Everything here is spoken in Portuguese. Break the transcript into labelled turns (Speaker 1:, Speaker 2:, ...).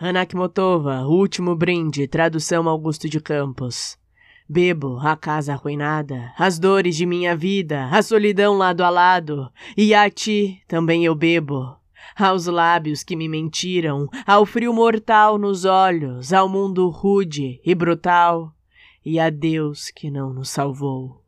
Speaker 1: Ana Akhmatova, Último Brinde, tradução Augusto de Campos. Bebo a casa arruinada, as dores de minha vida, a solidão lado a lado, e a ti também eu bebo. Aos lábios que me mentiram, ao frio mortal nos olhos, ao mundo rude e brutal, e a Deus que não nos salvou.